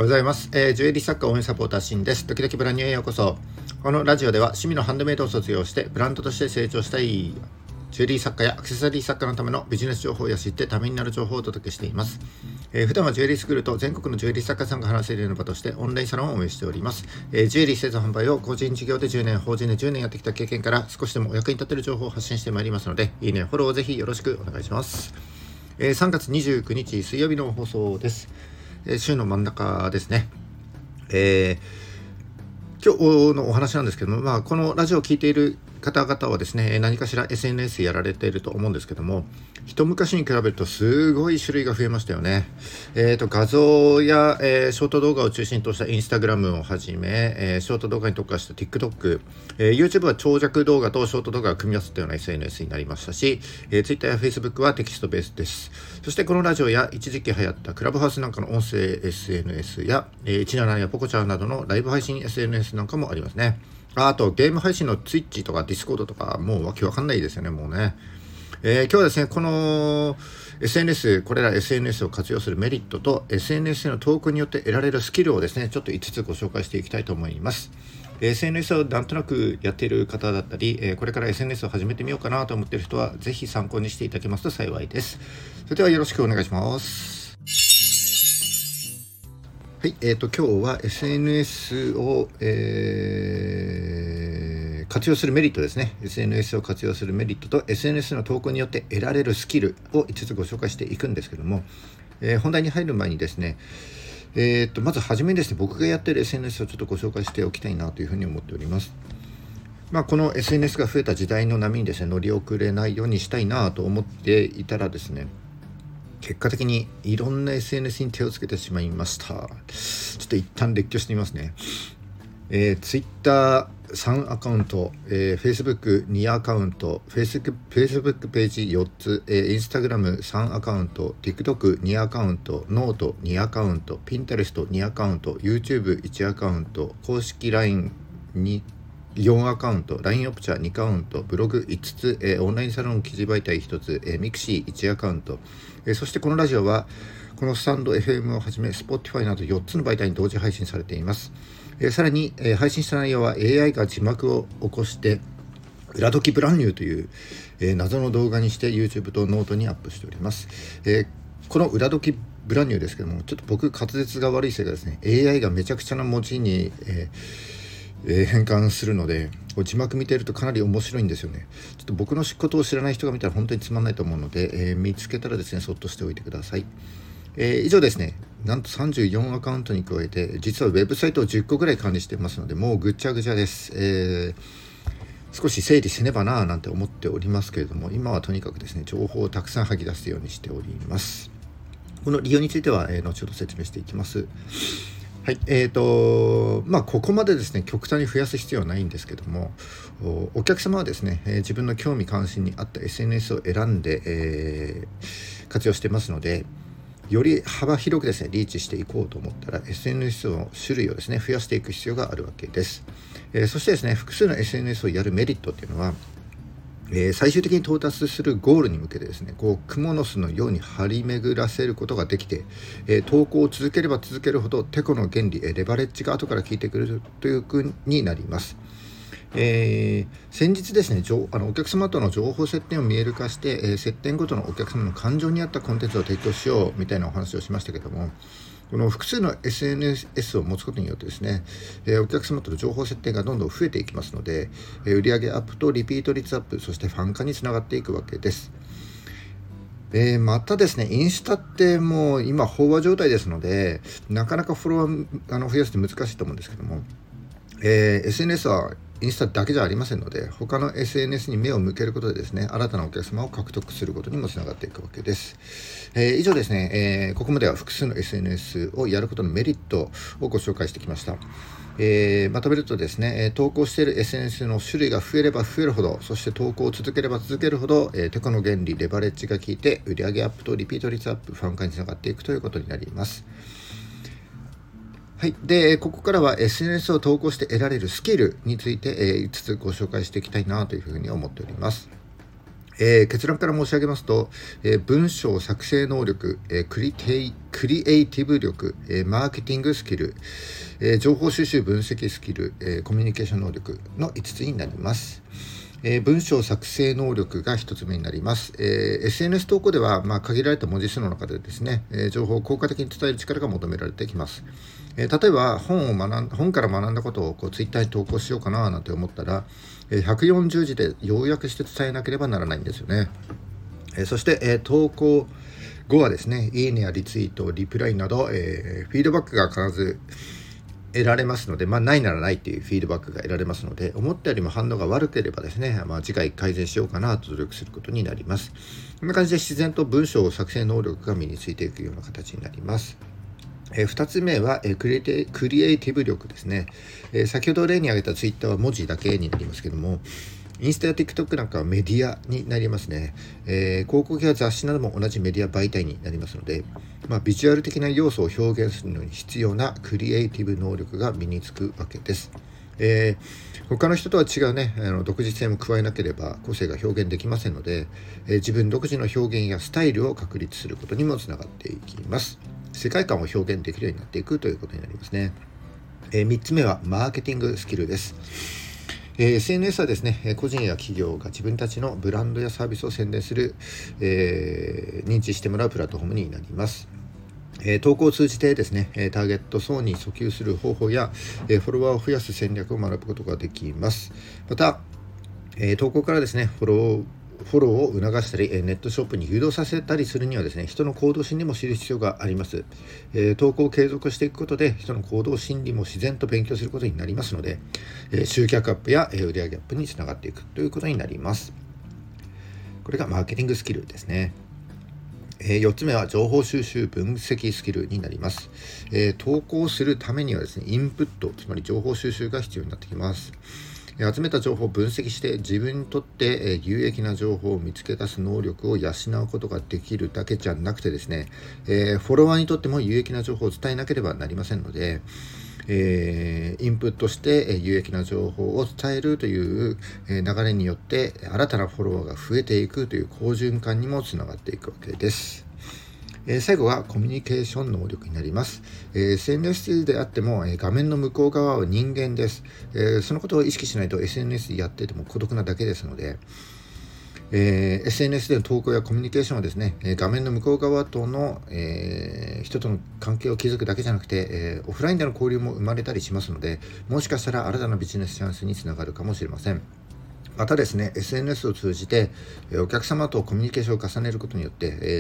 ございます。ジュエリー作家応援サポーターシンです。時々ブランニューへようこそ。このラジオでは趣味のハンドメイドを卒業してブランドとして成長したいジュエリー作家やアクセサリー作家のためのビジネス情報や知ってためになる情報をお届けしています。普段はジュエリースクールと全国のジュエリー作家さんが話せるような場としてオンラインサロンを運営しております。ジュエリー製造販売を個人事業で10年、法人で10年やってきた経験から少しでもお役に立てる情報を発信してまいりますので、いいね、フォローをぜひよろしくお願いします。3月29日水曜日の放送です。週の真ん中ですね。今日のお話なんですけども、このラジオを聞いている方々はですね、何かしら SNS やられていると思うんですけども、一昔に比べるとすごい種類が増えましたよね。画像や、ショート動画を中心としたインスタグラムをはじめ、ショート動画に特化した TikTok、YouTube は長尺動画とショート動画を組み合わせたような SNS になりましたし、Twitter や Facebook はテキストベースです。そしてこのラジオや一時期流行ったクラブハウスなんかの音声 SNS や、17やポコチャなどのライブ配信 SNS なんかもありますね。あとゲーム配信の Twitch とか Discord とかもうわけわかんないですよね、もうね。今日はですね、この SNS、これら SNS を活用するメリットと SNS のトークンによって得られるスキルをですね、ちょっと5つご紹介していきたいと思います。SNS をなんとなくやっている方だったり、これから、SNS を始めてみようかなと思っている人はぜひ参考にしていただけますと幸いです。それではよろしくお願いします。はい、今日は SNS を、活用するメリットですね。 SNS を活用するメリットと SNS の投稿によって得られるスキルを5つご紹介していくんですけども、本題に入る前にですね、まずはじめにですね、僕がやっている SNS をちょっとご紹介しておきたいなというふうに思っております。この SNS が増えた時代の波にですね、乗り遅れないようにしたいなと思っていたらですね、結果的にいろんな SNS に手をつけてしまいました。ちょっと一旦列挙してみますね。Twitter3 アカウント、Facebook2 アカウント、Facebook ページ4つ、Instagram3 アカウント、TikTok2 アカウント、ノート2アカウント、Pinterest2 アカウント、YouTube1 アカウント、公式 LINE4 アカウント、LINE オプチャ2アカウント、ブログ5つ、オンラインサロン記事媒体1つ、Mixi1 アカウント、そしてこのラジオはこのスタンド FM をはじめ Spotify など4つの媒体に同時配信されています。さらに、配信した内容は AI が字幕を起こして裏時ブランニューという、謎の動画にして YouTube とノートにアップしております。この裏時ブランニューですけども、ちょっと僕滑舌が悪いせいかですね、 AI がめちゃくちゃな文字に、変換するので、字幕見てるとかなり面白いんですよね。ちょっと僕のことを知らない人が見たら本当につまんないと思うので、見つけたらですね、そっとしておいてください。以上ですね、なんと34アカウントに加えて実はウェブサイトを10個ぐらい管理していますので、もうぐっちゃぐちゃです。少し整理せねばななんて思っておりますけれども、今はとにかくですね、情報をたくさん吐き出すようにしております。この理由については、後ほど説明していきます。はい、ここまでですね、極端に増やす必要はないんですけども、お客様はですね、自分の興味関心に合った SNS を選んで、活用してますので、より幅広くですね、リーチしていこうと思ったら SNS の種類をですね、増やしていく必要があるわけです。そしてですね、複数の SNS をやるメリットっていうのは、最終的に到達するゴールに向けてですね、クモの巣のように張り巡らせることができて、投稿を続ければ続けるほどテコの原理、レバレッジが後から効いてくるという風になります。先日ですね、お客様との情報接点を見える化して、接点ごとのお客様の感情に合ったコンテンツを提供しようみたいなお話をしましたけども、この複数の SNS を持つことによってですね、お客様との情報接点がどんどん増えていきますので、売上アップとリピート率アップ、そしてファン化につながっていくわけです。またですね、インスタってもう今飽和状態ですので、なかなかフォロワー増やすって難しいと思うんですけども、SNS はインスタだけじゃありませんので、他の SNS に目を向けることでですね、新たなお客様を獲得することにもつながっていくわけです。以上ですね、ここまでは複数の SNS をやることのメリットをご紹介してきました。まとめるとですね、投稿している SNS の種類が増えれば増えるほど、そして投稿を続ければ続けるほど、テコの原理、レバレッジが効いて売上アップとリピート率アップ、ファン化につながっていくということになります。はい、でここからは SNS を投稿して得られるスキルについて、5つご紹介していきたいなというふうに思っております。 結論から申し上げますと、文章作成能力、クリエイティブ力、マーケティングスキル、情報収集分析スキル、コミュニケーション能力の5つになります。文章作成能力が1つ目になります。SNS 投稿では、限られた文字数の中でですね、情報を効果的に伝える力が求められてきます。例えば本から学んだことをツイッターに投稿しようかななんて思ったら、140字で要約して伝えなければならないんですよね。そして、投稿後はですね、いいねやリツイート、リプライなど、フィードバックが必ず得られますので、ないならないっていうフィードバックが得られますので、思ったよりも反応が悪ければですね、次回改善しようかなと努力することになります。こんな感じで自然と文章作成能力が身についていくような形になります。2つ目はクリエイティブ力ですね。先ほど例に挙げたツイッターは文字だけになりますけども、インスタや TikTok なんかはメディアになりますね。広告や雑誌なども同じメディア媒体になりますので、ビジュアル的な要素を表現するのに必要なクリエイティブ能力が身につくわけです。他の人とは違うね、独自性も加えなければ個性が表現できませんので、自分独自の表現やスタイルを確立することにもつながっていきます。世界観を表現できるようになっていくということになりますね。3つ目はマーケティングスキルです。SNS はですね、個人や企業が自分たちのブランドやサービスを宣伝する、認知してもらうプラットフォームになります。投稿を通じてですね、ターゲット層に訴求する方法や、フォロワーを増やす戦略を学ぶことができます。また、投稿からですね、フォローを促したり、ネットショップに誘導させたりするにはですね、人の行動心理も知る必要があります。投稿を継続していくことで人の行動心理も自然と勉強することになりますので、集客アップや、売上アップにつながっていくということになります。これがマーケティングスキルですね。4つ目は情報収集分析スキルになります。投稿するためにはですね、インプット、つまり情報収集が必要になってきます。集めた情報を分析して自分にとって有益な情報を見つけ出す能力を養うことができるだけじゃなくてですね、フォロワーにとっても有益な情報を伝えなければなりませんので、インプットして有益な情報を伝えるという流れによって新たなフォロワーが増えていくという好循環にもつながっていくわけです。最後はコミュニケーション能力になります。SNS であっても画面の向こう側は人間です。そのことを意識しないと SNS やってても孤独なだけですので、SNS での投稿やコミュニケーションはですね、画面の向こう側との、人との関係を築くだけじゃなくて、オフラインでの交流も生まれたりしますので、もしかしたら新たなビジネスチャンスにつながるかもしれません。またですね、 SNS を通じてお客様とコミュニケーションを重ねることによって、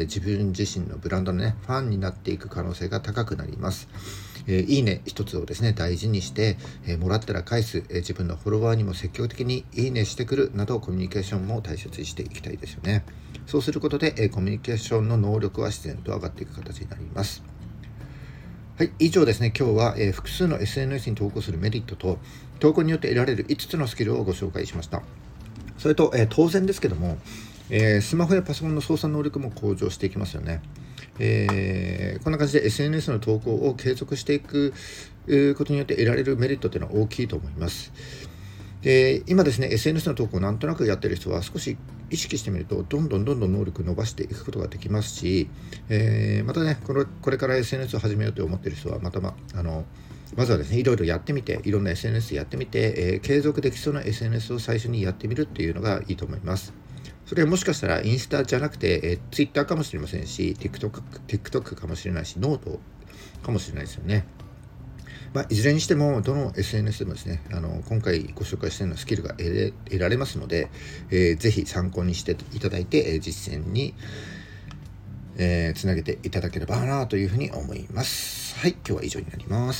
自分自身のブランドのね、ファンになっていく可能性が高くなります。いいね一つをですね大事にして、もらったら返す、自分のフォロワーにも積極的にいいねしてくるなどコミュニケーションも大切にしていきたいですよね。そうすることで、コミュニケーションの能力は自然と上がっていく形になります。はい、以上ですね。今日は、複数の SNS に投稿するメリットと投稿によって得られる5つのスキルをご紹介しました。それと、当然ですけども、スマホやパソコンの操作能力も向上していきますよね。こんな感じで SNS の投稿を継続していくことによって得られるメリットというのは大きいと思います。今ですね SNS の投稿をなんとなくやっている人は少し意識してみるとどんどん能力を伸ばしていくことができますし、またねこれから SNS を始めようと思っている人はまずはですねいろいろやってみていろんな SNS やってみて、継続できそうな SNS を最初にやってみるっていうのがいいと思います。それはもしかしたらインスタじゃなくて、Twitter かもしれませんし TikTok かもしれないしノートかもしれないですよね。いずれにしてもどの SNS でもですね今回ご紹介したようなスキルが得られますので、ぜひ参考にしていただいて、実践に、つなげていただければなというふうに思います。はい、今日は以上になります。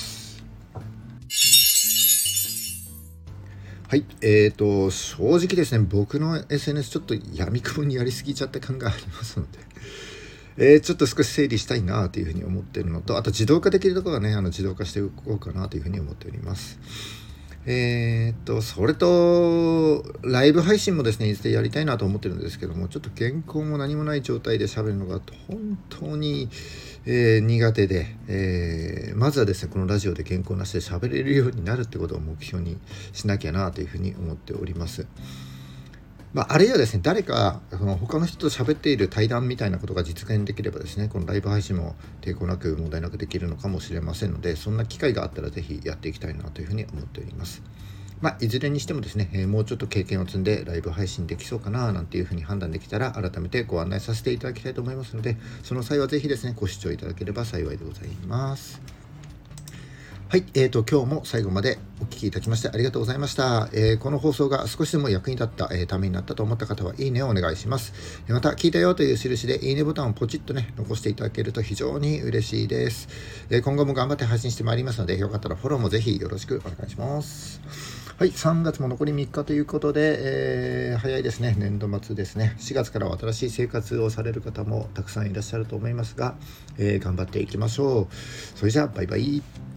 はい、正直ですね僕の SNS ちょっと闇雲にやりすぎちゃった感がありますので、ちょっと少し整理したいなというふうに思っているのと、あと自動化できるところはね自動化していこうかなというふうに思っております。それとライブ配信もですねいずれやりたいなと思ってるんですけども、ちょっと原稿も何もない状態で喋るのが本当に、苦手で、まずはですねこのラジオで原稿なしで喋れるようになるってことを目標にしなきゃなというふうに思っております。 あるいはですね、誰かその他の人と喋っている対談みたいなことが実現できればですね、このライブ配信も抵抗なく問題なくできるのかもしれませんので、そんな機会があったらぜひやっていきたいなというふうに思っております。いずれにしてもですね、もうちょっと経験を積んでライブ配信できそうかななんていうふうに判断できたら改めてご案内させていただきたいと思いますので、その際はぜひですねご視聴いただければ幸いでございます。はい、今日も最後までお聞きいただきましてありがとうございました。この放送が少しでも役に立った、ためになったと思った方はいいねをお願いします。また聞いたよという印でいいねボタンをポチッとね残していただけると非常に嬉しいです。今後も頑張って配信してまいりますので、よかったらフォローもぜひよろしくお願いします。はい、3月も残り3日ということで、早いですね。年度末ですね。4月からは新しい生活をされる方もたくさんいらっしゃると思いますが、頑張っていきましょう。それじゃあバイバイ。